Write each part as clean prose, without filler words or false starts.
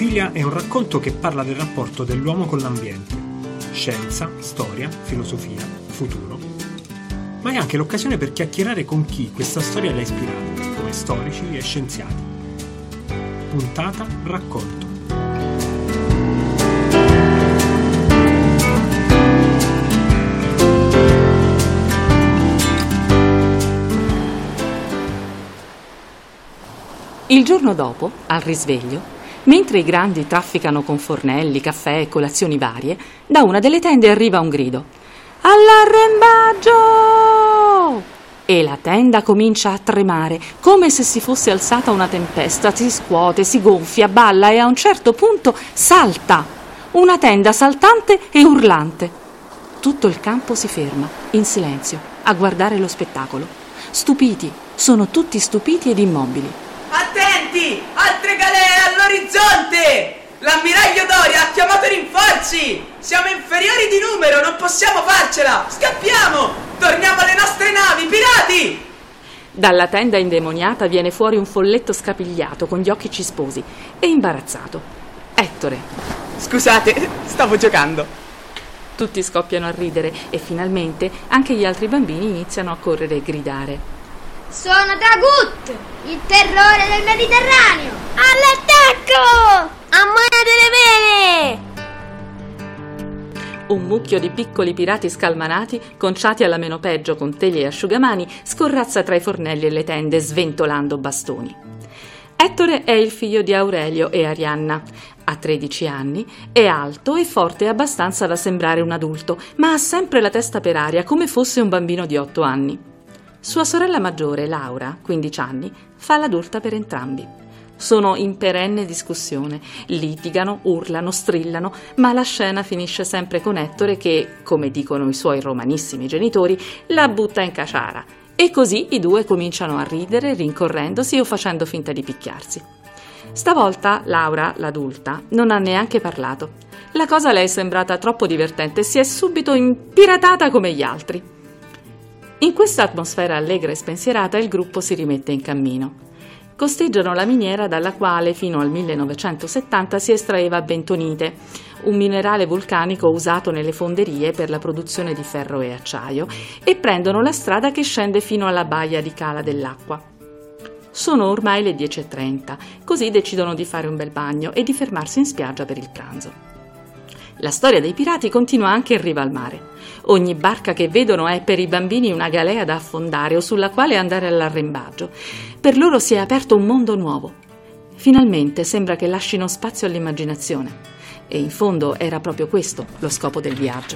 Clorofilia è un racconto che parla del rapporto dell'uomo con l'ambiente, scienza, storia, filosofia, futuro, ma è anche l'occasione per chiacchierare con chi questa storia l'ha ispirata, come storici e scienziati. Puntata Racconto. Il giorno dopo, al risveglio, mentre i grandi trafficano con fornelli, caffè e colazioni varie, da una delle tende arriva un grido: «All'arrembaggio!» E la tenda comincia a tremare, come se si fosse alzata una tempesta, si scuote, si gonfia, balla e a un certo punto salta. Una tenda saltante e urlante. Tutto il campo si ferma, in silenzio, a guardare lo spettacolo. Stupiti, sono tutti stupiti ed immobili. Attenti! Altre galee all'orizzonte! L'ammiraglio Doria ha chiamato i rinforzi! Siamo inferiori di numero, non possiamo farcela! Scappiamo! Torniamo alle nostre navi, pirati! Dalla tenda indemoniata viene fuori un folletto scapigliato con gli occhi cisposi e imbarazzato. Ettore. Scusate, stavo giocando. Tutti scoppiano a ridere e finalmente anche gli altri bambini iniziano a correre e gridare. Sono Dragut, il terrore del Mediterraneo! All'attacco! A mano delle vele! Un mucchio di piccoli pirati scalmanati, conciati alla meno peggio con teglie e asciugamani, scorrazza tra i fornelli e le tende, sventolando bastoni. Ettore è il figlio di Aurelio e Arianna. Ha 13 anni, è alto e forte abbastanza da sembrare un adulto, ma ha sempre la testa per aria come fosse un bambino di 8 anni. Sua sorella maggiore, Laura, 15 anni, fa l'adulta per entrambi. Sono in perenne discussione, litigano, urlano, strillano, ma la scena finisce sempre con Ettore che, come dicono i suoi romanissimi genitori, la butta in caciara. E così i due cominciano a ridere, rincorrendosi o facendo finta di picchiarsi. Stavolta Laura, l'adulta, non ha neanche parlato. La cosa le è sembrata troppo divertente e si è subito impiratata come gli altri. In questa atmosfera allegra e spensierata il gruppo si rimette in cammino. Costeggiano la miniera dalla quale fino al 1970 si estraeva bentonite, un minerale vulcanico usato nelle fonderie per la produzione di ferro e acciaio, e prendono la strada che scende fino alla baia di Cala dell'Acqua. Sono ormai le 10:30, così decidono di fare un bel bagno e di fermarsi in spiaggia per il pranzo. La storia dei pirati continua anche in riva al mare. Ogni barca che vedono è per i bambini una galea da affondare o sulla quale andare all'arrembaggio. Per loro si è aperto un mondo nuovo. Finalmente sembra che lascino spazio all'immaginazione. E in fondo era proprio questo lo scopo del viaggio.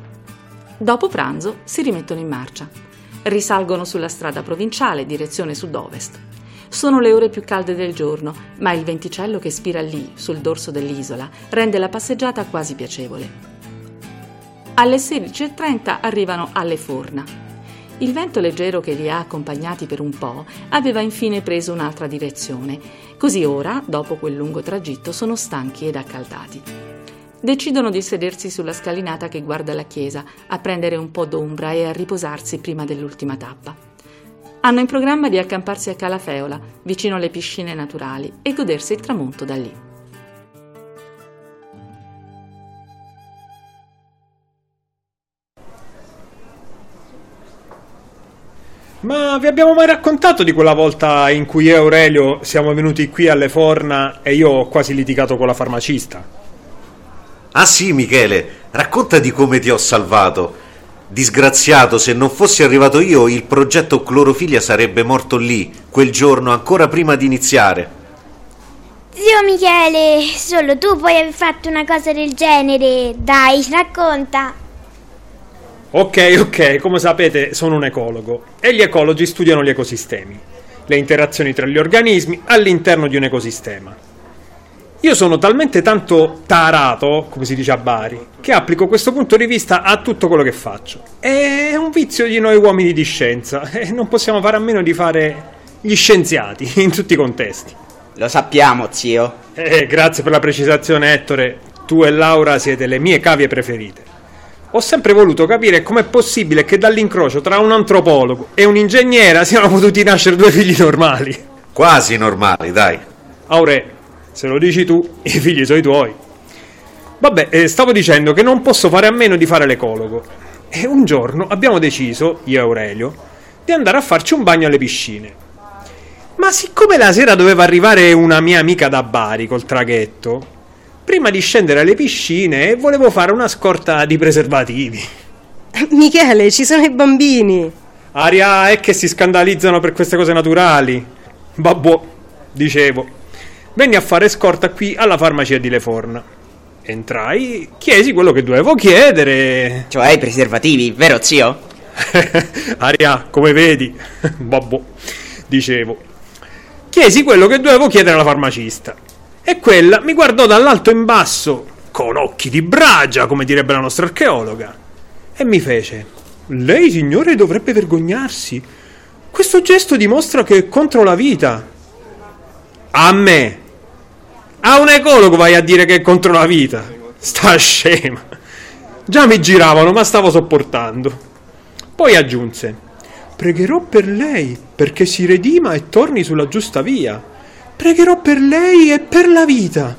Dopo pranzo si rimettono in marcia. Risalgono sulla strada provinciale, direzione sud-ovest. Sono le ore più calde del giorno, ma il venticello che spira lì, sul dorso dell'isola, rende la passeggiata quasi piacevole. Alle 16:30 arrivano alle Forna. Il vento leggero che li ha accompagnati per un po' aveva infine preso un'altra direzione, così ora, dopo quel lungo tragitto, sono stanchi ed accaldati. Decidono di sedersi sulla scalinata che guarda la chiesa, a prendere un po' d'ombra e a riposarsi prima dell'ultima tappa. Hanno in programma di accamparsi a Calafeola, vicino alle piscine naturali, e godersi il tramonto da lì. Ma vi abbiamo mai raccontato di quella volta in cui io e Aurelio siamo venuti qui alle Forna e io ho quasi litigato con la farmacista? Ah sì, Michele, racconta di come ti ho salvato. Disgraziato, se non fossi arrivato io, il progetto Clorofilia sarebbe morto lì, quel giorno, ancora prima di iniziare. Zio Michele, solo tu puoi aver fatto una cosa del genere. Dai, racconta. Ok, come sapete sono un ecologo e gli ecologi studiano gli ecosistemi, le interazioni tra gli organismi all'interno di un ecosistema. Io sono talmente tanto tarato, come si dice a Bari, che applico questo punto di vista a tutto quello che faccio. È un vizio di noi uomini di scienza e non possiamo fare a meno di fare gli scienziati in tutti i contesti. Lo sappiamo, zio. Grazie per la precisazione, Ettore. Tu e Laura siete le mie cavie preferite. Ho sempre voluto capire com'è possibile che dall'incrocio tra un antropologo e un'ingegnera siano potuti nascere due figli normali. Quasi normali, dai. Aure, Se lo dici tu, i figli sono i tuoi. Vabbè, stavo dicendo che non posso fare a meno di fare l'ecologo. E un giorno abbiamo deciso, io e Aurelio, di andare a farci un bagno alle piscine. Ma siccome la sera doveva arrivare una mia amica da Bari col traghetto, prima di scendere alle piscine volevo fare una scorta di preservativi. Michele, ci sono i bambini. Aria, è che si scandalizzano per queste cose naturali. Vabbè, dicevo, venni a fare scorta qui alla farmacia di Leforna. Entrai, chiesi quello che dovevo chiedere. Cioè i preservativi, vero zio? Aria, come vedi. Vabbè, dicevo, chiesi quello che dovevo chiedere alla farmacista. E quella mi guardò dall'alto in basso, con occhi di bragia, come direbbe la nostra archeologa, e mi fece: lei, signore, dovrebbe vergognarsi. Questo gesto dimostra che è contro la vita. A me? A un ecologo vai a dire che è contro la vita? Sta scema. Già mi giravano, ma stavo sopportando. Poi aggiunse: pregherò per lei perché si redima e torni sulla giusta via. Pregherò per lei e per la vita.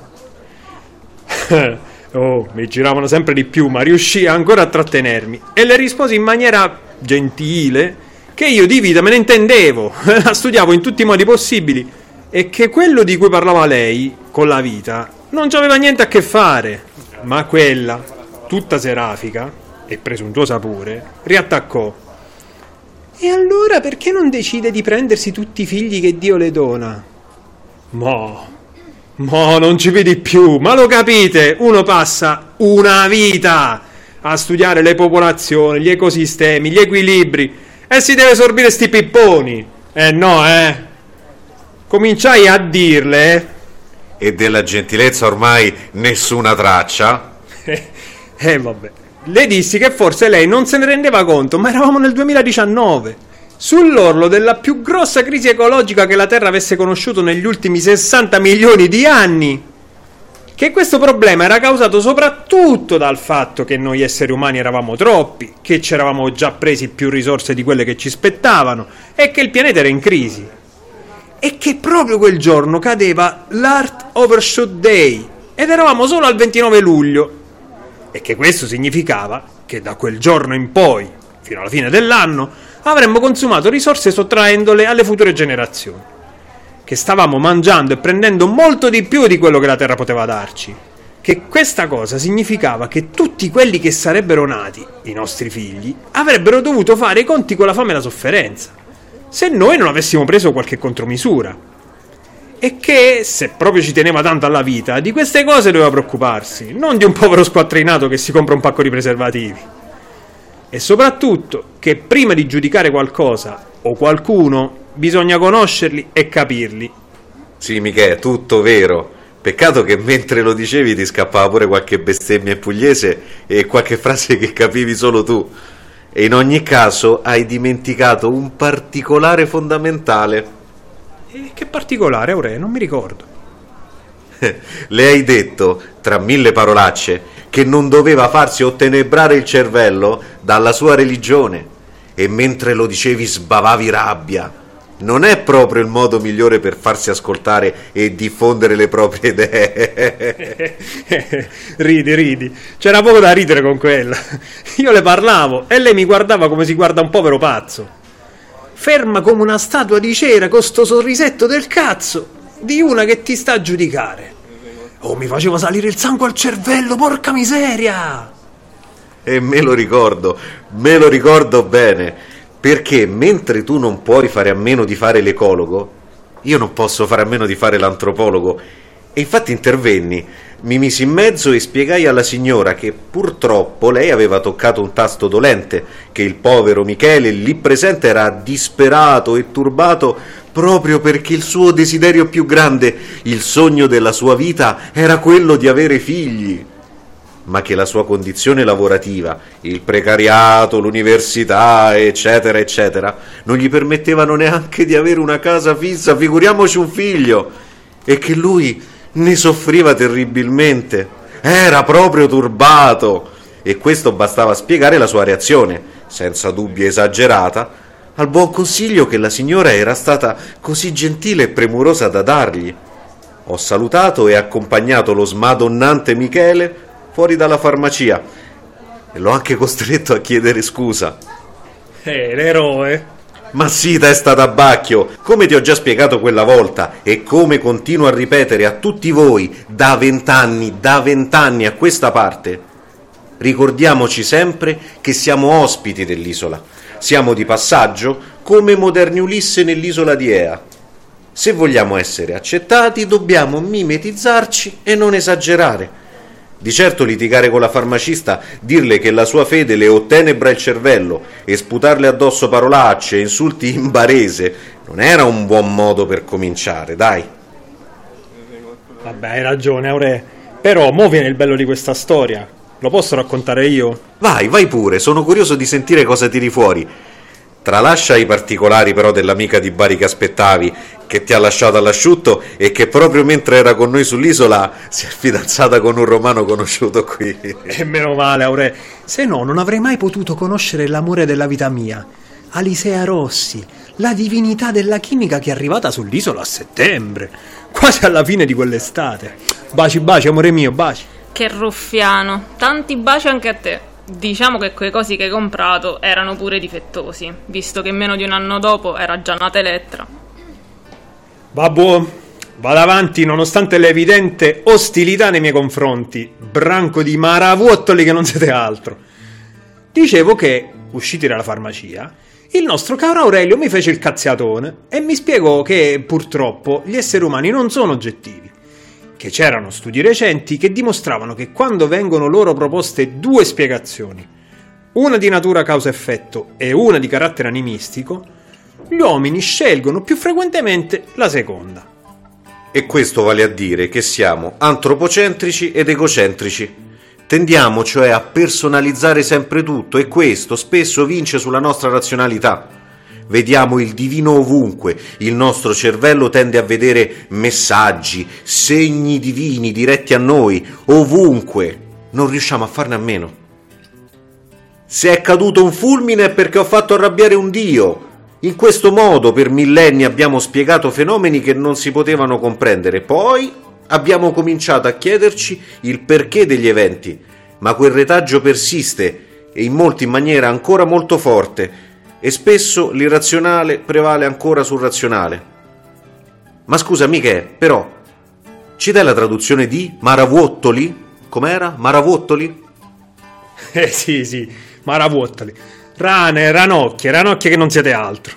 Oh, mi giravano sempre di più, ma riuscii ancora a trattenermi e le risposi in maniera gentile che io di vita me ne intendevo, la studiavo in tutti i modi possibili e che quello di cui parlava lei, con la vita, non c'aveva niente a che fare. Ma quella, tutta serafica e presuntuosa pure, riattaccò: e allora perché non decide di prendersi tutti i figli che Dio le dona? Mo, non ci vedi più, ma lo capite? Uno passa una vita a studiare le popolazioni, gli ecosistemi, gli equilibri e si deve sorbire sti pipponi. No, cominciai a dirle. E della gentilezza ormai nessuna traccia. Vabbè. Le dissi che forse lei non se ne rendeva conto, ma eravamo nel 2019. Sull'orlo della più grossa crisi ecologica che la Terra avesse conosciuto negli ultimi 60 milioni di anni. Che questo problema era causato soprattutto dal fatto che noi esseri umani eravamo troppi, che ci eravamo già presi più risorse di quelle che ci spettavano e che il pianeta era in crisi. E che proprio quel giorno cadeva l'Earth Overshoot Day ed eravamo solo al 29 luglio. E che questo significava che da quel giorno in poi, fino alla fine dell'anno, avremmo consumato risorse sottraendole alle future generazioni, che stavamo mangiando e prendendo molto di più di quello che la Terra poteva darci, che questa cosa significava che tutti quelli che sarebbero nati, i nostri figli, avrebbero dovuto fare i conti con la fame e la sofferenza, se noi non avessimo preso qualche contromisura, e che, se proprio ci teneva tanto alla vita, di queste cose doveva preoccuparsi, non di un povero squattrinato che si compra un pacco di preservativi. E soprattutto che prima di giudicare qualcosa o qualcuno bisogna conoscerli e capirli. Sì, Michele, tutto vero. Peccato che mentre lo dicevi ti scappava pure qualche bestemmia in pugliese e qualche frase che capivi solo tu. E in ogni caso hai dimenticato un particolare fondamentale. E che particolare, Aurelio? Non mi ricordo. Le hai detto, tra mille parolacce, che non doveva farsi ottenebrare il cervello dalla sua religione, e mentre lo dicevi sbavavi rabbia. Non è proprio il modo migliore per farsi ascoltare e diffondere le proprie idee. Ridi, c'era poco da ridere con quella. Io le parlavo e lei mi guardava come si guarda un povero pazzo, ferma come una statua di cera con sto sorrisetto del cazzo di una che ti sta a giudicare. Oh, mi faceva salire il sangue al cervello, porca miseria! E me lo ricordo bene, perché mentre tu non puoi fare a meno di fare l'ecologo, io non posso fare a meno di fare l'antropologo. E infatti intervenni, mi misi in mezzo e spiegai alla signora che purtroppo lei aveva toccato un tasto dolente, che il povero Michele lì presente era disperato e turbato proprio perché il suo desiderio più grande, il sogno della sua vita, era quello di avere figli, ma che la sua condizione lavorativa, il precariato, l'università, eccetera, eccetera, non gli permettevano neanche di avere una casa fissa, figuriamoci un figlio, e che lui ne soffriva terribilmente, era proprio turbato, e questo bastava a spiegare la sua reazione, senza dubbio esagerata, al buon consiglio che la signora era stata così gentile e premurosa da dargli. Ho salutato e accompagnato lo smadonnante Michele fuori dalla farmacia e l'ho anche costretto a chiedere scusa. L'eroe. Ma sì, testa d'abbacchio, come ti ho già spiegato quella volta e come continuo a ripetere a tutti voi da 20 anni a questa parte, ricordiamoci sempre che siamo ospiti dell'isola, siamo di passaggio come moderni Ulisse nell'isola di Ea. Se vogliamo essere accettati dobbiamo mimetizzarci e non esagerare. Di certo litigare con la farmacista, dirle che la sua fede le ottenebra il cervello e sputarle addosso parolacce e insulti in barese non era un buon modo per cominciare, dai. Vabbè, hai ragione, Aure. Però mo viene il bello di questa storia. Lo posso raccontare io? Vai pure, sono curioso di sentire cosa tiri fuori. Tralascia i particolari però dell'amica di Bari che aspettavi, che ti ha lasciato all'asciutto e che proprio mentre era con noi sull'isola si è fidanzata con un romano conosciuto qui. E meno male, Aure. Se no non avrei mai potuto conoscere l'amore della vita mia, Alisea Rossi, la divinità della chimica che è arrivata sull'isola a settembre, quasi alla fine di quell'estate. Baci, amore mio, baci. Che ruffiano, tanti baci anche a te. Diciamo che quei cosi che hai comprato erano pure difettosi, visto che meno di un anno dopo era già nata Elettra. Babbo, vado avanti nonostante l'evidente ostilità nei miei confronti, branco di maravuottoli che non siete altro. Dicevo che, usciti dalla farmacia, il nostro caro Aurelio mi fece il cazziatone e mi spiegò che purtroppo gli esseri umani non sono oggettivi, che c'erano studi recenti che dimostravano che quando vengono loro proposte due spiegazioni, una di natura causa-effetto e una di carattere animistico, gli uomini scelgono più frequentemente la seconda. E questo vale a dire che siamo antropocentrici ed egocentrici. Tendiamo cioè a personalizzare sempre tutto e questo spesso vince sulla nostra razionalità. Vediamo il divino ovunque, il nostro cervello tende a vedere messaggi, segni divini diretti a noi, ovunque, non riusciamo a farne a meno. Se è caduto un fulmine è perché ho fatto arrabbiare un dio. In questo modo per millenni abbiamo spiegato fenomeni che non si potevano comprendere, poi abbiamo cominciato a chiederci il perché degli eventi, ma quel retaggio persiste e in molti in maniera ancora molto forte, e spesso l'irrazionale prevale ancora sul razionale. Ma scusa Michele, però, ci dai la traduzione di maravuottoli? Com'era? Maravuottoli? Sì, maravuottoli. Rane, ranocchie che non siete altro.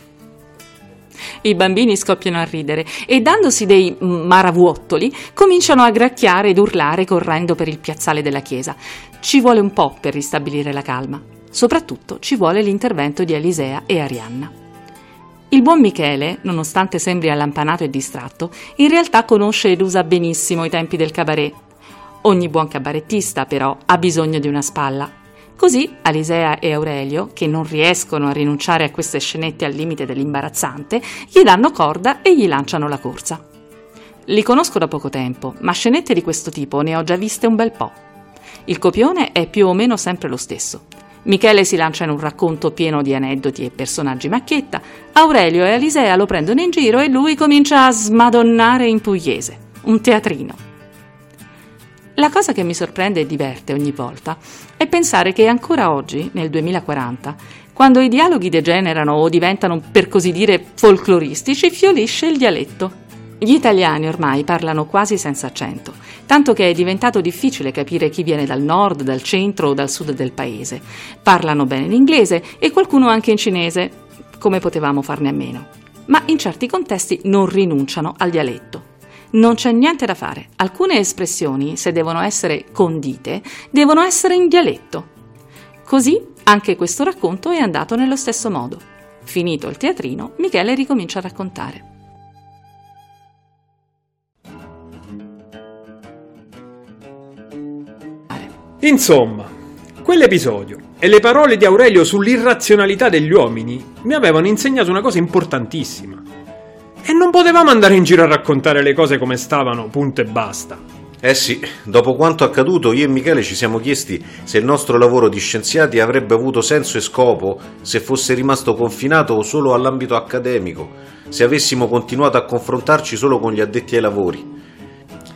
I bambini scoppiano a ridere e dandosi dei maravuottoli cominciano a gracchiare ed urlare correndo per il piazzale della chiesa. Ci vuole un po' per ristabilire la calma. Soprattutto ci vuole l'intervento di Alisea e Arianna. Il buon Michele, nonostante sembri allampanato e distratto, in realtà conosce ed usa benissimo i tempi del cabaret. Ogni buon cabarettista, però, ha bisogno di una spalla. Così Alisea e Aurelio, che non riescono a rinunciare a queste scenette al limite dell'imbarazzante, gli danno corda e gli lanciano la corsa. Li conosco da poco tempo, ma scenette di questo tipo ne ho già viste un bel po'. Il copione è più o meno sempre lo stesso. Michele si lancia in un racconto pieno di aneddoti e personaggi macchietta, Aurelio e Alisea lo prendono in giro e lui comincia a smadonnare in pugliese. Un teatrino. La cosa che mi sorprende e diverte ogni volta è pensare che ancora oggi, nel 2040, quando i dialoghi degenerano o diventano, per così dire, folcloristici, fiorisce il dialetto. Gli italiani ormai parlano quasi senza accento, tanto che è diventato difficile capire chi viene dal nord, dal centro o dal sud del paese. Parlano bene l'inglese e qualcuno anche in cinese, come potevamo farne a meno. Ma in certi contesti non rinunciano al dialetto. Non c'è niente da fare. Alcune espressioni, se devono essere condite, devono essere in dialetto. Così anche questo racconto è andato nello stesso modo. Finito il teatrino, Michele ricomincia a raccontare. Insomma, quell'episodio e le parole di Aurelio sull'irrazionalità degli uomini mi avevano insegnato una cosa importantissima. E non potevamo andare in giro a raccontare le cose come stavano, punto e basta. Eh sì, dopo quanto accaduto io e Michele ci siamo chiesti se il nostro lavoro di scienziati avrebbe avuto senso e scopo se fosse rimasto confinato solo all'ambito accademico, se avessimo continuato a confrontarci solo con gli addetti ai lavori.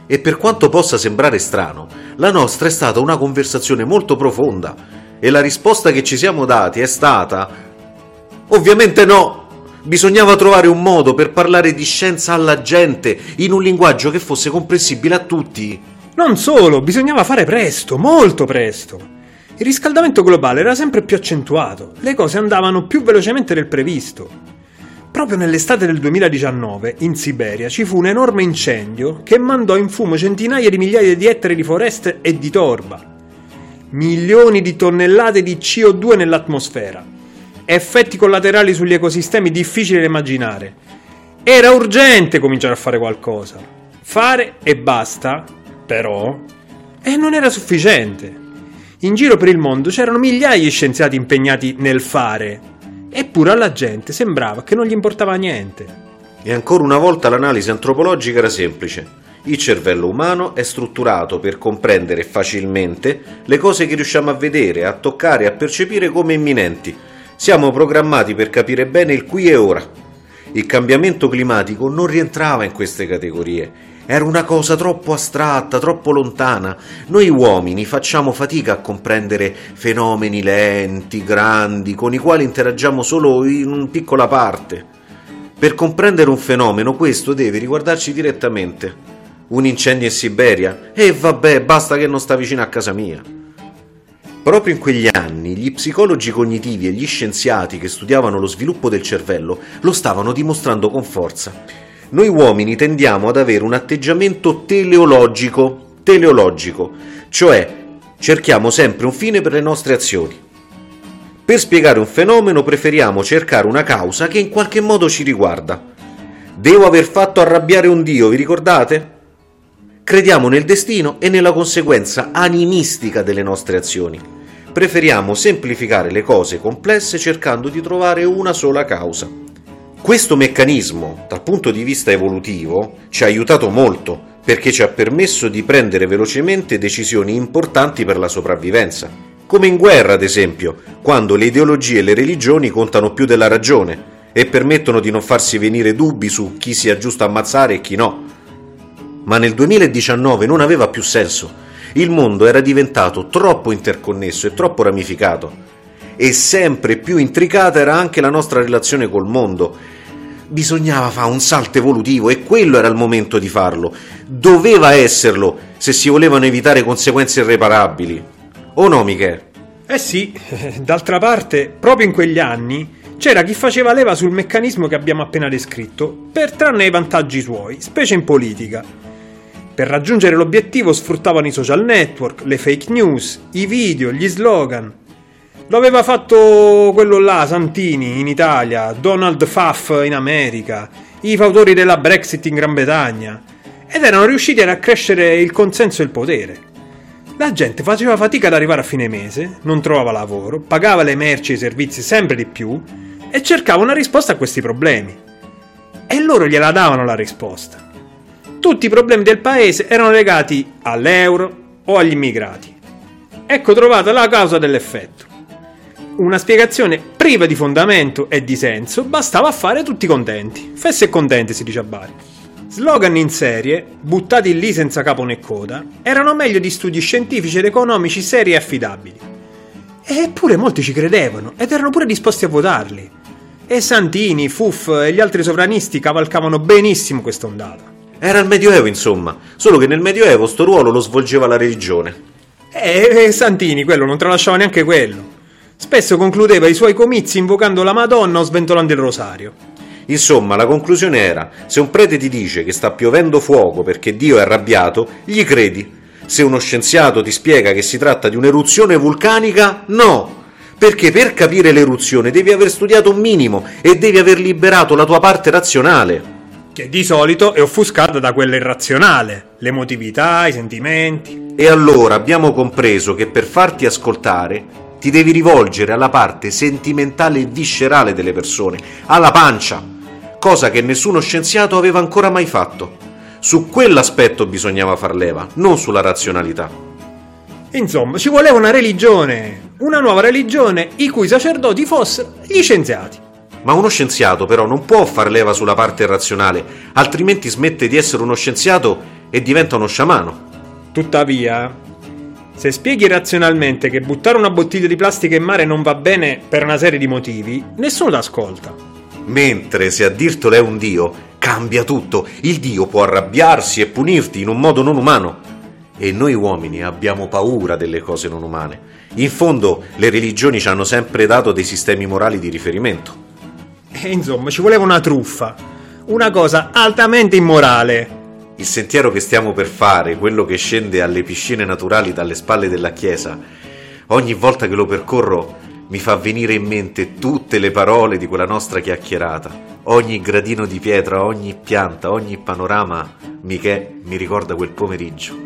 E per quanto possa sembrare strano, la nostra è stata una conversazione molto profonda e la risposta che ci siamo dati è stata: ovviamente no! Bisognava trovare un modo per parlare di scienza alla gente in un linguaggio che fosse comprensibile a tutti. Non solo, bisognava fare presto, molto presto. Il riscaldamento globale era sempre più accentuato, le cose andavano più velocemente del previsto. Proprio nell'estate del 2019, in Siberia, ci fu un enorme incendio che mandò in fumo centinaia di migliaia di ettari di foreste e di torba. Milioni di tonnellate di CO2 nell'atmosfera. Effetti collaterali sugli ecosistemi difficili da immaginare. Era urgente cominciare a fare qualcosa. Fare e basta, però, e non era sufficiente. In giro per il mondo c'erano migliaia di scienziati impegnati nel fare. Eppure alla gente sembrava che non gli importava niente. E ancora una volta l'analisi antropologica era semplice. Il cervello umano è strutturato per comprendere facilmente le cose che riusciamo a vedere, a toccare e a percepire come imminenti. Siamo programmati per capire bene il qui e ora. Il cambiamento climatico non rientrava in queste categorie. Era una cosa troppo astratta, troppo lontana. Noi uomini facciamo fatica a comprendere fenomeni lenti, grandi, con i quali interagiamo solo in una piccola parte. Per comprendere un fenomeno, questo deve riguardarci direttamente. Un incendio in Siberia? Vabbè, basta che non sta vicino a casa mia. Proprio in quegli anni, gli psicologi cognitivi e gli scienziati che studiavano lo sviluppo del cervello lo stavano dimostrando con forza. Noi uomini tendiamo ad avere un atteggiamento teleologico, cioè cerchiamo sempre un fine per le nostre azioni. Per spiegare un fenomeno preferiamo cercare una causa che in qualche modo ci riguarda. Devo aver fatto arrabbiare un dio, vi ricordate? Crediamo nel destino e nella conseguenza animistica delle nostre azioni. Preferiamo semplificare le cose complesse cercando di trovare una sola causa. Questo meccanismo, dal punto di vista evolutivo, ci ha aiutato molto, perché ci ha permesso di prendere velocemente decisioni importanti per la sopravvivenza. Come in guerra, ad esempio, quando le ideologie e le religioni contano più della ragione e permettono di non farsi venire dubbi su chi sia giusto ammazzare e chi no. Ma nel 2019 non aveva più senso. Il mondo era diventato troppo interconnesso e troppo ramificato. E sempre più intricata era anche la nostra relazione col mondo. Bisognava fare un salto evolutivo e quello era il momento di farlo. Doveva esserlo se si volevano evitare conseguenze irreparabili. O no, Michele? Sì, d'altra parte, proprio in quegli anni c'era chi faceva leva sul meccanismo che abbiamo appena descritto per trarne i vantaggi suoi, specie in politica. Per raggiungere l'obiettivo sfruttavano i social network, le fake news, i video, gli slogan. Lo aveva fatto quello là, Santini, in Italia, Donald Pfaff in America, i fautori della Brexit in Gran Bretagna, ed erano riusciti ad accrescere il consenso e il potere. La gente faceva fatica ad arrivare a fine mese, non trovava lavoro, pagava le merci e i servizi sempre di più e cercava una risposta a questi problemi. E loro gliela davano la risposta. Tutti i problemi del paese erano legati all'euro o agli immigrati. Ecco trovata la causa dell'effetto. Una spiegazione priva di fondamento e di senso bastava a fare tutti contenti. Fesse e contenti, si dice a Bari. Slogan in serie, buttati lì senza capo né coda, erano meglio di studi scientifici ed economici seri e affidabili. Eppure molti ci credevano ed erano pure disposti a votarli. E Santini, Fuff e gli altri sovranisti cavalcavano benissimo quest'ondata. Era il Medioevo, insomma, solo che nel Medioevo sto ruolo lo svolgeva la religione. Santini, quello non tralasciava neanche quello. Spesso concludeva i suoi comizi invocando la Madonna o sventolando il rosario. Insomma, la conclusione era: se un prete ti dice che sta piovendo fuoco perché Dio è arrabbiato, gli credi. Se uno scienziato ti spiega che si tratta di un'eruzione vulcanica, no! Perché per capire l'eruzione devi aver studiato un minimo e devi aver liberato la tua parte razionale. Che di solito è offuscata da quella irrazionale, l'emotività, i sentimenti. E allora abbiamo compreso che per farti ascoltare ti devi rivolgere alla parte sentimentale e viscerale delle persone, alla pancia, cosa che nessuno scienziato aveva ancora mai fatto. Su quell'aspetto bisognava far leva, non sulla razionalità. Insomma, ci voleva una religione, una nuova religione i cui sacerdoti fossero gli scienziati. Ma uno scienziato però non può far leva sulla parte razionale, altrimenti smette di essere uno scienziato e diventa uno sciamano. Tuttavia, se spieghi razionalmente che buttare una bottiglia di plastica in mare non va bene per una serie di motivi, nessuno t'ascolta. Mentre se a dirtelo è un dio, cambia tutto. Il dio può arrabbiarsi e punirti in un modo non umano. E noi uomini abbiamo paura delle cose non umane. In fondo, le religioni ci hanno sempre dato dei sistemi morali di riferimento. E insomma, ci voleva una truffa, una cosa altamente immorale. Il sentiero che stiamo per fare, quello che scende alle piscine naturali dalle spalle della chiesa, ogni volta che lo percorro mi fa venire in mente tutte le parole di quella nostra chiacchierata. Ogni gradino di pietra, ogni pianta, ogni panorama, Michè, mi ricorda quel pomeriggio.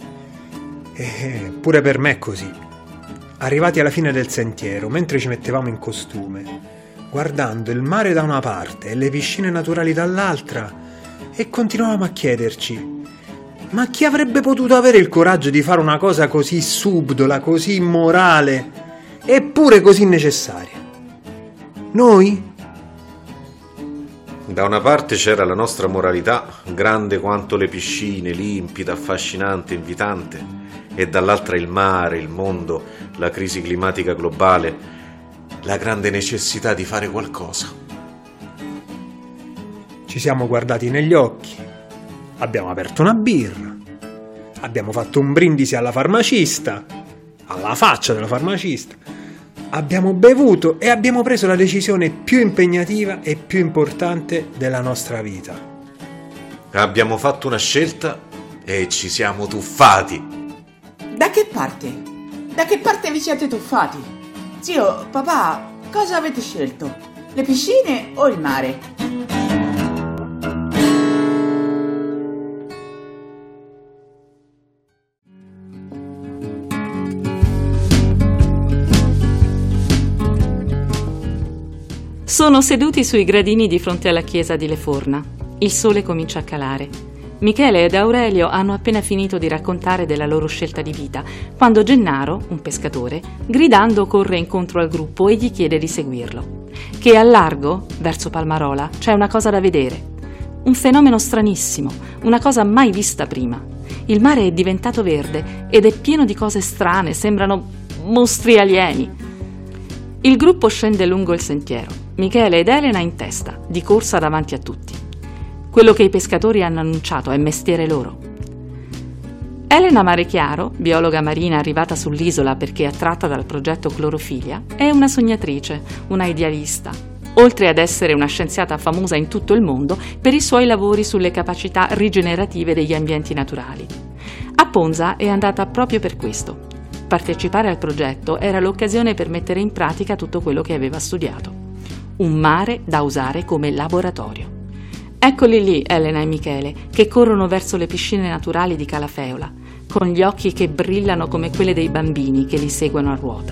Pure per me è così. Arrivati alla fine del sentiero, mentre ci mettevamo in costume, guardando il mare da una parte e le piscine naturali dall'altra, e continuavamo a chiederci: ma chi avrebbe potuto avere il coraggio di fare una cosa così subdola, così immorale, eppure così necessaria? Noi? Da una parte c'era la nostra moralità, grande quanto le piscine, limpida, affascinante, invitante, e dall'altra il mare, il mondo, la crisi climatica globale, la grande necessità di fare qualcosa. Ci siamo guardati negli occhi, abbiamo aperto una birra, abbiamo fatto un brindisi alla farmacista, alla faccia della farmacista, abbiamo bevuto e abbiamo preso la decisione più impegnativa e più importante della nostra vita. Abbiamo fatto una scelta e ci siamo tuffati. Da che parte? Da che parte vi siete tuffati? Zio, papà, cosa avete scelto? Le piscine o il mare? Sono seduti sui gradini di fronte alla chiesa di Leforna. Il sole comincia a calare. Michele ed Aurelio hanno appena finito di raccontare della loro scelta di vita, quando Gennaro, un pescatore, gridando corre incontro al gruppo e gli chiede di seguirlo. Che al largo, verso Palmarola, c'è una cosa da vedere. Un fenomeno stranissimo, una cosa mai vista prima. Il mare è diventato verde ed è pieno di cose strane, sembrano mostri alieni. Il gruppo scende lungo il sentiero. Michele ed Elena in testa, di corsa davanti a tutti. Quello che i pescatori hanno annunciato è mestiere loro. Elena Marechiaro, biologa marina arrivata sull'isola perché attratta dal progetto Clorofilia, è una sognatrice, una idealista, oltre ad essere una scienziata famosa in tutto il mondo per i suoi lavori sulle capacità rigenerative degli ambienti naturali. A Ponza è andata proprio per questo. Partecipare al progetto era l'occasione per mettere in pratica tutto quello che aveva studiato. Un mare da usare come laboratorio. Eccoli lì Elena e Michele, che corrono verso le piscine naturali di Calafeola, con gli occhi che brillano come quelli dei bambini che li seguono a ruota.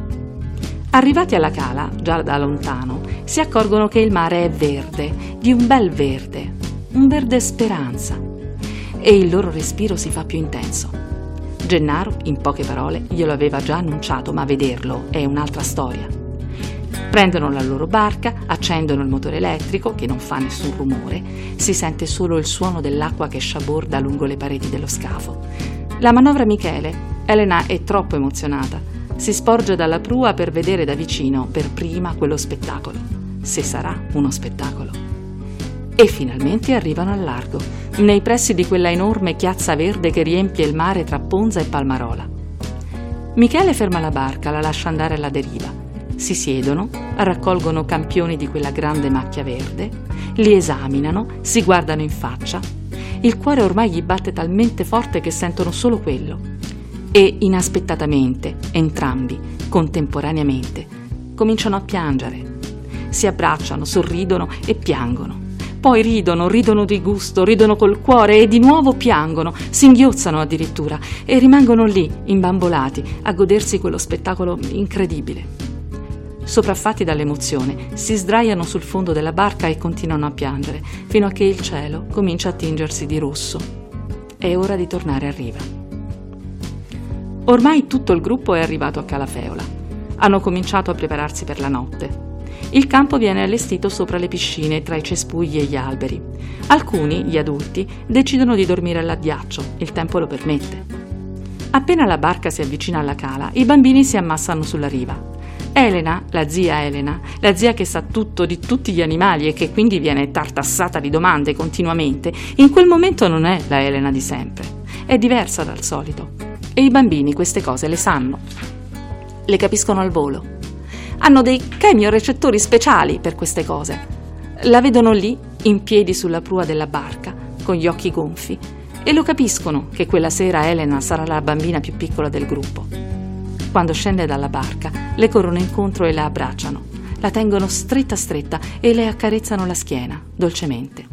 Arrivati alla cala, già da lontano, si accorgono che il mare è verde, di un bel verde, un verde speranza, e il loro respiro si fa più intenso. Gennaro, in poche parole, glielo aveva già annunciato, ma vederlo è un'altra storia. Prendono la loro barca, accendono il motore elettrico, che non fa nessun rumore, si sente solo il suono dell'acqua che sciaborda lungo le pareti dello scafo. La manovra Michele. Elena è troppo emozionata. Si sporge dalla prua per vedere da vicino, per prima, quello spettacolo. Se sarà uno spettacolo. E finalmente arrivano al largo, nei pressi di quella enorme chiazza verde che riempie il mare tra Ponza e Palmarola. Michele ferma la barca, la lascia andare alla deriva. Si siedono, raccolgono campioni di quella grande macchia verde, li esaminano, si guardano in faccia. Il cuore ormai gli batte talmente forte che sentono solo quello. E inaspettatamente, entrambi, contemporaneamente, cominciano a piangere. Si abbracciano, sorridono e piangono. Poi ridono di gusto, ridono col cuore e di nuovo piangono, singhiozzano addirittura e rimangono lì, imbambolati, a godersi quello spettacolo incredibile. Sopraffatti dall'emozione, si sdraiano sul fondo della barca e continuano a piangere, fino a che il cielo comincia a tingersi di rosso. È ora di tornare a riva. Ormai tutto il gruppo è arrivato a Calafeola. Hanno cominciato a prepararsi per la notte. Il campo viene allestito sopra le piscine, tra i cespugli e gli alberi. Alcuni, gli adulti, decidono di dormire all'addiaccio, il tempo lo permette. Appena la barca si avvicina alla cala, i bambini si ammassano sulla riva. Elena, la zia che sa tutto di tutti gli animali e che quindi viene tartassata di domande continuamente, in quel momento non è la Elena di sempre. È diversa dal solito. E i bambini queste cose le sanno. Le capiscono al volo. Hanno dei chemiorecettori speciali per queste cose. La vedono lì, in piedi sulla prua della barca, con gli occhi gonfi, e lo capiscono che quella sera Elena sarà la bambina più piccola del gruppo. Quando scende dalla barca, le corrono incontro e la abbracciano, la tengono stretta stretta e le accarezzano la schiena, dolcemente.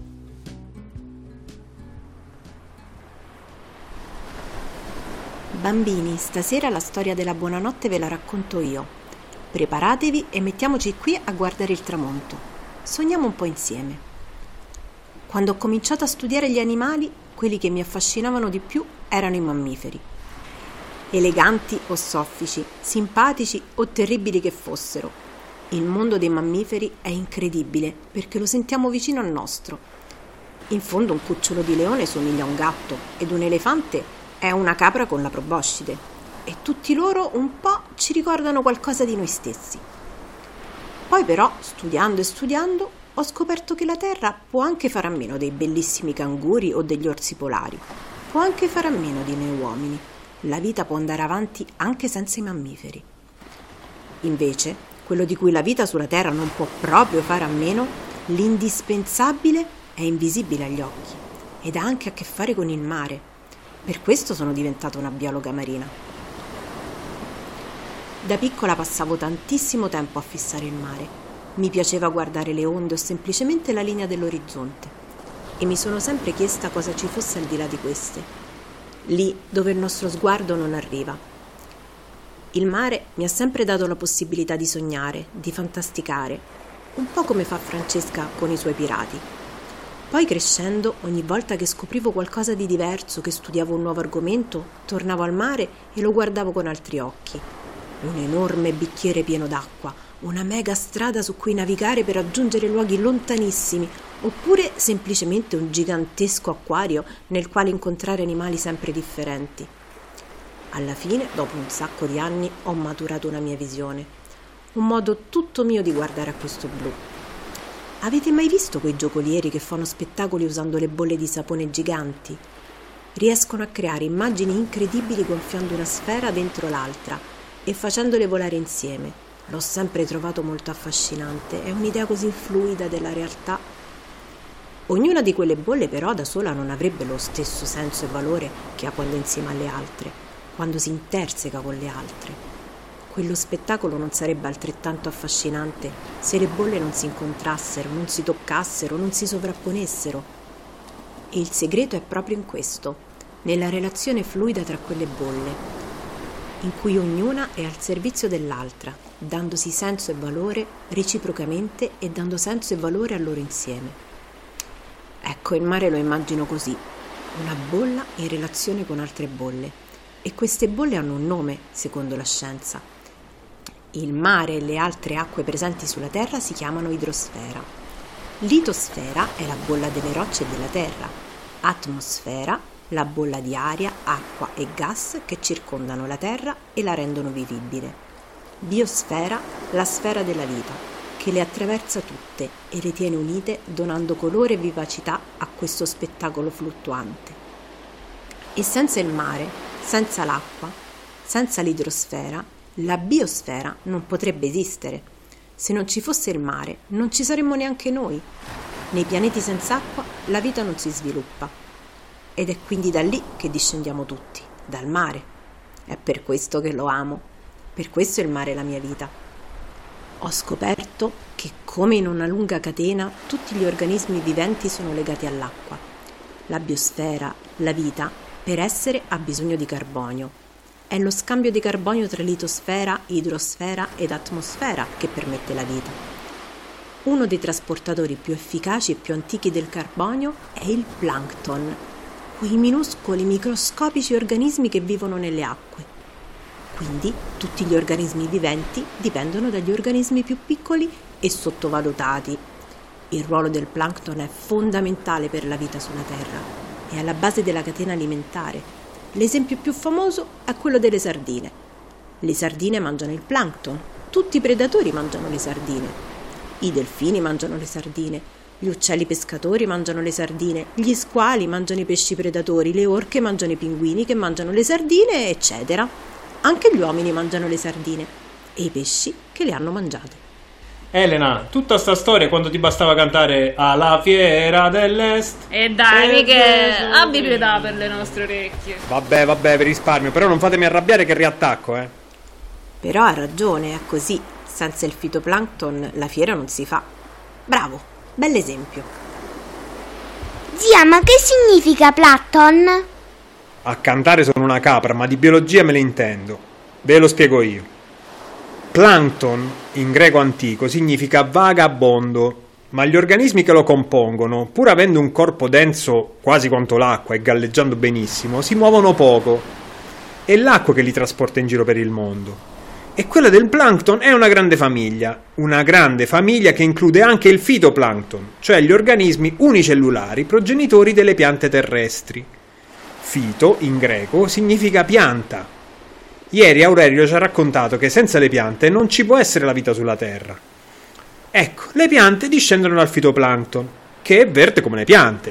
Bambini, stasera la storia della buonanotte ve la racconto io. Preparatevi e mettiamoci qui a guardare il tramonto. Sogniamo un po' insieme. Quando ho cominciato a studiare gli animali, quelli che mi affascinavano di più erano i mammiferi. Eleganti o soffici, simpatici o terribili che fossero, il mondo dei mammiferi è incredibile perché lo sentiamo vicino al nostro. In fondo un cucciolo di leone somiglia a un gatto ed un elefante è una capra con la proboscide. E tutti loro un po' ci ricordano qualcosa di noi stessi. Poi però, studiando e studiando, ho scoperto che la Terra può anche fare a meno dei bellissimi canguri o degli orsi polari, può anche fare a meno di noi uomini. La vita può andare avanti anche senza i mammiferi. Invece, quello di cui la vita sulla Terra non può proprio fare a meno, l'indispensabile, è invisibile agli occhi ed ha anche a che fare con il mare. Per questo sono diventata una biologa marina. Da piccola passavo tantissimo tempo a fissare il mare. Mi piaceva guardare le onde o semplicemente la linea dell'orizzonte. E mi sono sempre chiesta cosa ci fosse al di là di queste. Lì dove il nostro sguardo non arriva. Il mare mi ha sempre dato la possibilità di sognare, di fantasticare, un po' come fa Francesca con i suoi pirati. Poi crescendo, ogni volta che scoprivo qualcosa di diverso, che studiavo un nuovo argomento, tornavo al mare e lo guardavo con altri occhi. Un enorme bicchiere pieno d'acqua, una mega strada su cui navigare per raggiungere luoghi lontanissimi, oppure semplicemente un gigantesco acquario nel quale incontrare animali sempre differenti. Alla fine, dopo un sacco di anni, ho maturato una mia visione, un modo tutto mio di guardare a questo blu. Avete mai visto quei giocolieri che fanno spettacoli usando le bolle di sapone giganti? Riescono a creare immagini incredibili gonfiando una sfera dentro l'altra e facendole volare insieme. L'ho sempre trovato molto affascinante, è un'idea così fluida della realtà. Ognuna di quelle bolle però da sola non avrebbe lo stesso senso e valore che ha quando è insieme alle altre, quando si interseca con le altre. Quello spettacolo non sarebbe altrettanto affascinante se le bolle non si incontrassero, non si toccassero, non si sovrapponessero. E il segreto è proprio in questo, nella relazione fluida tra quelle bolle, in cui ognuna è al servizio dell'altra, dandosi senso e valore reciprocamente e dando senso e valore a loro insieme. Ecco, il mare lo immagino così, una bolla in relazione con altre bolle, e queste bolle hanno un nome, secondo la scienza. Il mare e le altre acque presenti sulla Terra si chiamano idrosfera. Litosfera è la bolla delle rocce della Terra, atmosfera la bolla di aria, acqua e gas che circondano la Terra e la rendono vivibile. Biosfera, la sfera della vita, che le attraversa tutte e le tiene unite, donando colore e vivacità a questo spettacolo fluttuante. E senza il mare, senza l'acqua, senza l'idrosfera, la biosfera non potrebbe esistere. Se non ci fosse il mare, non ci saremmo neanche noi. Nei pianeti senza acqua la vita non si sviluppa. Ed è quindi da lì che discendiamo tutti, dal mare. È per questo che lo amo, per questo il mare è la mia vita. Ho scoperto che, come in una lunga catena, tutti gli organismi viventi sono legati all'acqua. La biosfera, la vita, per essere ha bisogno di carbonio. È lo scambio di carbonio tra litosfera, idrosfera ed atmosfera che permette la vita. Uno dei trasportatori più efficaci e più antichi del carbonio è il plancton, quei minuscoli microscopici organismi che vivono nelle acque. Quindi tutti gli organismi viventi dipendono dagli organismi più piccoli e sottovalutati. Il ruolo del plancton è fondamentale per la vita sulla Terra, è alla base della catena alimentare. L'esempio più famoso è quello delle sardine. Le sardine mangiano il plancton, tutti i predatori mangiano le sardine. I delfini mangiano le sardine, gli uccelli pescatori mangiano le sardine, gli squali mangiano i pesci predatori, le orche mangiano i pinguini che mangiano le sardine, eccetera. Anche gli uomini mangiano le sardine e i pesci che le hanno mangiate. Elena, tutta sta storia quando ti bastava cantare alla fiera dell'est. E dai, Michele, abbi pietà per le nostre orecchie. Vabbè, vi risparmio, però non fatemi arrabbiare che riattacco, Però ha ragione, è così. Senza il fitoplancton la fiera non si fa. Bravo, bell'esempio. Zia, ma che significa plancton? A cantare sono una capra, ma di biologia me ne intendo. Ve lo spiego io. Plancton, in greco antico, significa vagabondo, ma gli organismi che lo compongono, pur avendo un corpo denso quasi quanto l'acqua e galleggiando benissimo, si muovono poco. È l'acqua che li trasporta in giro per il mondo. E quella del plancton è una grande famiglia che include anche il fitoplancton, cioè gli organismi unicellulari progenitori delle piante terrestri. Fito, in greco, significa pianta. Ieri Aurelio ci ha raccontato che senza le piante non ci può essere la vita sulla Terra. Ecco, le piante discendono dal fitoplancton, che è verde come le piante.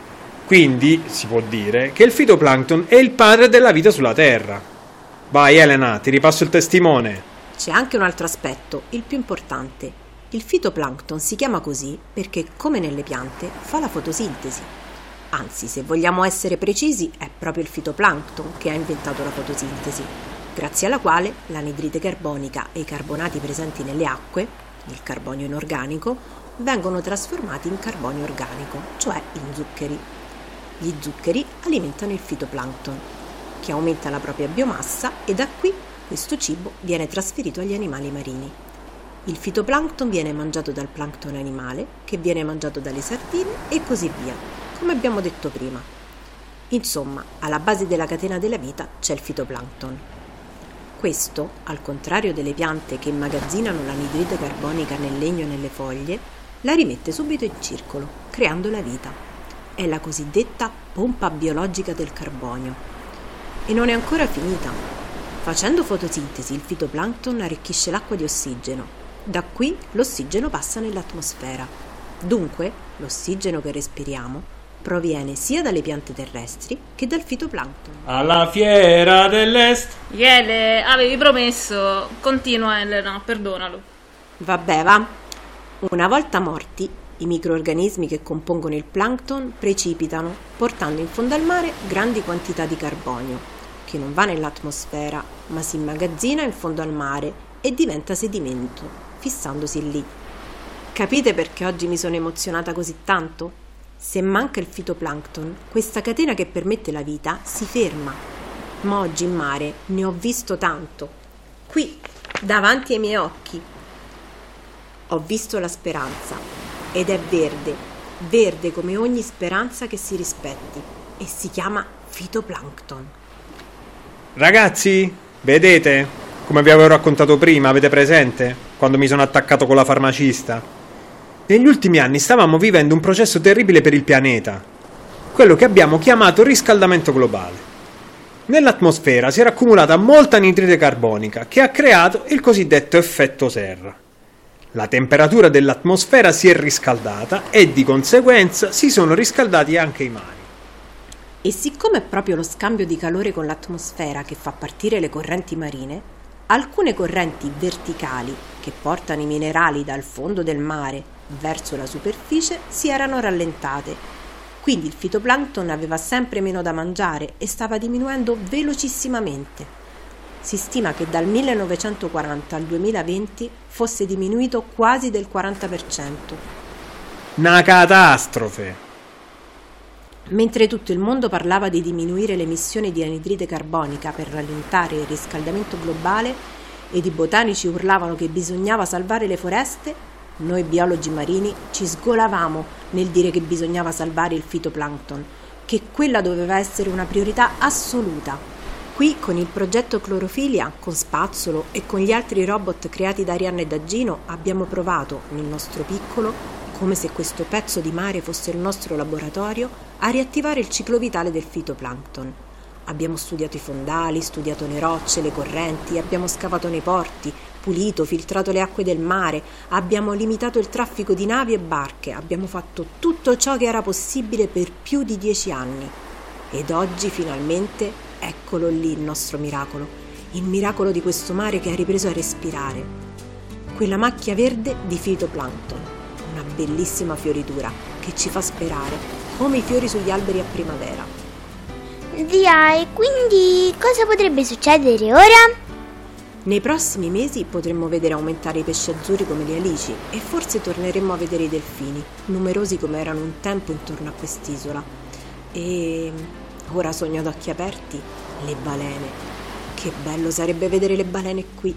Quindi si può dire che il fitoplancton è il padre della vita sulla Terra. Vai Elena, ti ripasso il testimone. C'è anche un altro aspetto, il più importante. Il fitoplancton si chiama così perché, come nelle piante, fa la fotosintesi. Anzi, se vogliamo essere precisi, è proprio il fitoplancton che ha inventato la fotosintesi, grazie alla quale l'anidride carbonica e i carbonati presenti nelle acque, il carbonio inorganico, vengono trasformati in carbonio organico, cioè in zuccheri. Gli zuccheri alimentano il fitoplancton, che aumenta la propria biomassa e da qui questo cibo viene trasferito agli animali marini. Il fitoplancton viene mangiato dal plancton animale, che viene mangiato dalle sardine e così via, come abbiamo detto prima. Insomma, alla base della catena della vita c'è il fitoplancton. Questo, al contrario delle piante che immagazzinano l'anidride carbonica nel legno e nelle foglie, la rimette subito in circolo, creando la vita. È la cosiddetta pompa biologica del carbonio. E non è ancora finita. Facendo fotosintesi, il fitoplancton arricchisce l'acqua di ossigeno. Da qui l'ossigeno passa nell'atmosfera. Dunque, l'ossigeno che respiriamo proviene sia dalle piante terrestri che dal fitoplancton. Alla fiera dell'est. Iele, avevi promesso. Continua Elena, perdonalo. Vabbè, va. Una volta morti, i microrganismi che compongono il plancton precipitano, portando in fondo al mare grandi quantità di carbonio, che non va nell'atmosfera, ma si immagazzina in fondo al mare e diventa sedimento, fissandosi lì. Capite perché oggi mi sono emozionata così tanto? Se manca il fitoplancton, questa catena che permette la vita si ferma. Ma oggi in mare ne ho visto tanto. Qui, davanti ai miei occhi. Ho visto la speranza. Ed è verde, verde come ogni speranza che si rispetti. E si chiama fitoplancton. Ragazzi, vedete? Come vi avevo raccontato prima, avete presente? Quando mi sono attaccato con la farmacista? Negli ultimi anni stavamo vivendo un processo terribile per il pianeta, quello che abbiamo chiamato riscaldamento globale. Nell'atmosfera si era accumulata molta anidride carbonica che ha creato il cosiddetto effetto serra. La temperatura dell'atmosfera si è riscaldata e di conseguenza si sono riscaldati anche i mari. E siccome è proprio lo scambio di calore con l'atmosfera che fa partire le correnti marine, alcune correnti verticali che portano i minerali dal fondo del mare verso la superficie si erano rallentate. Quindi il fitoplancton aveva sempre meno da mangiare e stava diminuendo velocissimamente. Si stima che dal 1940 al 2020 fosse diminuito quasi del 40%. Una catastrofe! Mentre tutto il mondo parlava di diminuire l'emissione di anidride carbonica per rallentare il riscaldamento globale ed i botanici urlavano che bisognava salvare le foreste, noi biologi marini ci sgolavamo nel dire che bisognava salvare il fitoplancton, che quella doveva essere una priorità assoluta. Qui, con il progetto Clorofilia, con Spazzolo e con gli altri robot creati da Arianna e da Gino, abbiamo provato, nel nostro piccolo, come se questo pezzo di mare fosse il nostro laboratorio, a riattivare il ciclo vitale del fitoplancton. Abbiamo studiato i fondali, studiato le rocce, le correnti, abbiamo scavato nei porti, pulito, filtrato le acque del mare, abbiamo limitato il traffico di navi e barche, abbiamo fatto tutto ciò che era possibile per più di 10 anni. Ed oggi, finalmente, eccolo lì il nostro miracolo, il miracolo di questo mare che ha ripreso a respirare. Quella macchia verde di fitoplancton, una bellissima fioritura che ci fa sperare, come i fiori sugli alberi a primavera. Zia, e quindi cosa potrebbe succedere ora? Nei prossimi mesi potremmo vedere aumentare i pesci azzurri come le alici e forse torneremo a vedere i delfini, numerosi come erano un tempo intorno a quest'isola. E ora sogno ad occhi aperti le balene. Che bello sarebbe vedere le balene qui.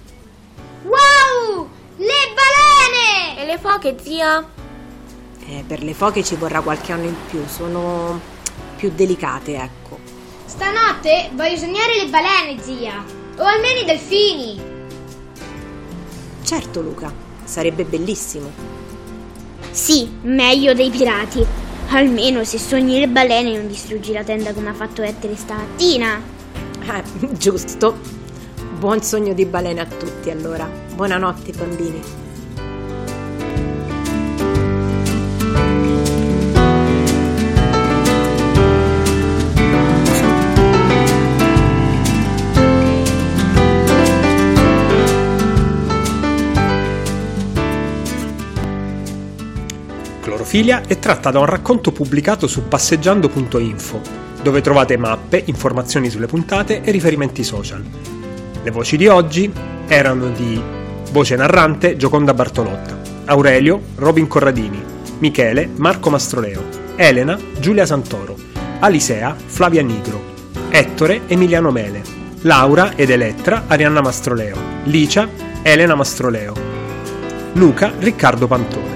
Wow! Le balene! E le foche, zia? Per le foche ci vorrà qualche anno in più, sono più delicate, ecco. Stanotte voglio sognare le balene, zia. O almeno i delfini. Certo, Luca, sarebbe bellissimo. Sì, meglio dei pirati. Almeno se sogni le balene non distruggi la tenda come ha fatto Ettore stamattina. Giusto. Buon sogno di balene a tutti, allora. Buonanotte, bambini. Clorofilia è tratta da un racconto pubblicato su passeggiando.info, dove trovate mappe, informazioni sulle puntate e riferimenti social. Le voci di oggi erano di voce narrante Gioconda Bartolotta, Aurelio Robin Corradini, Michele Marco Mastroleo, Elena Giulia Santoro, Alisea Flavia Nigro, Ettore Emiliano Mele, Laura ed Elettra Arianna Mastroleo, Licia Elena Mastroleo, Luca Riccardo Pantone.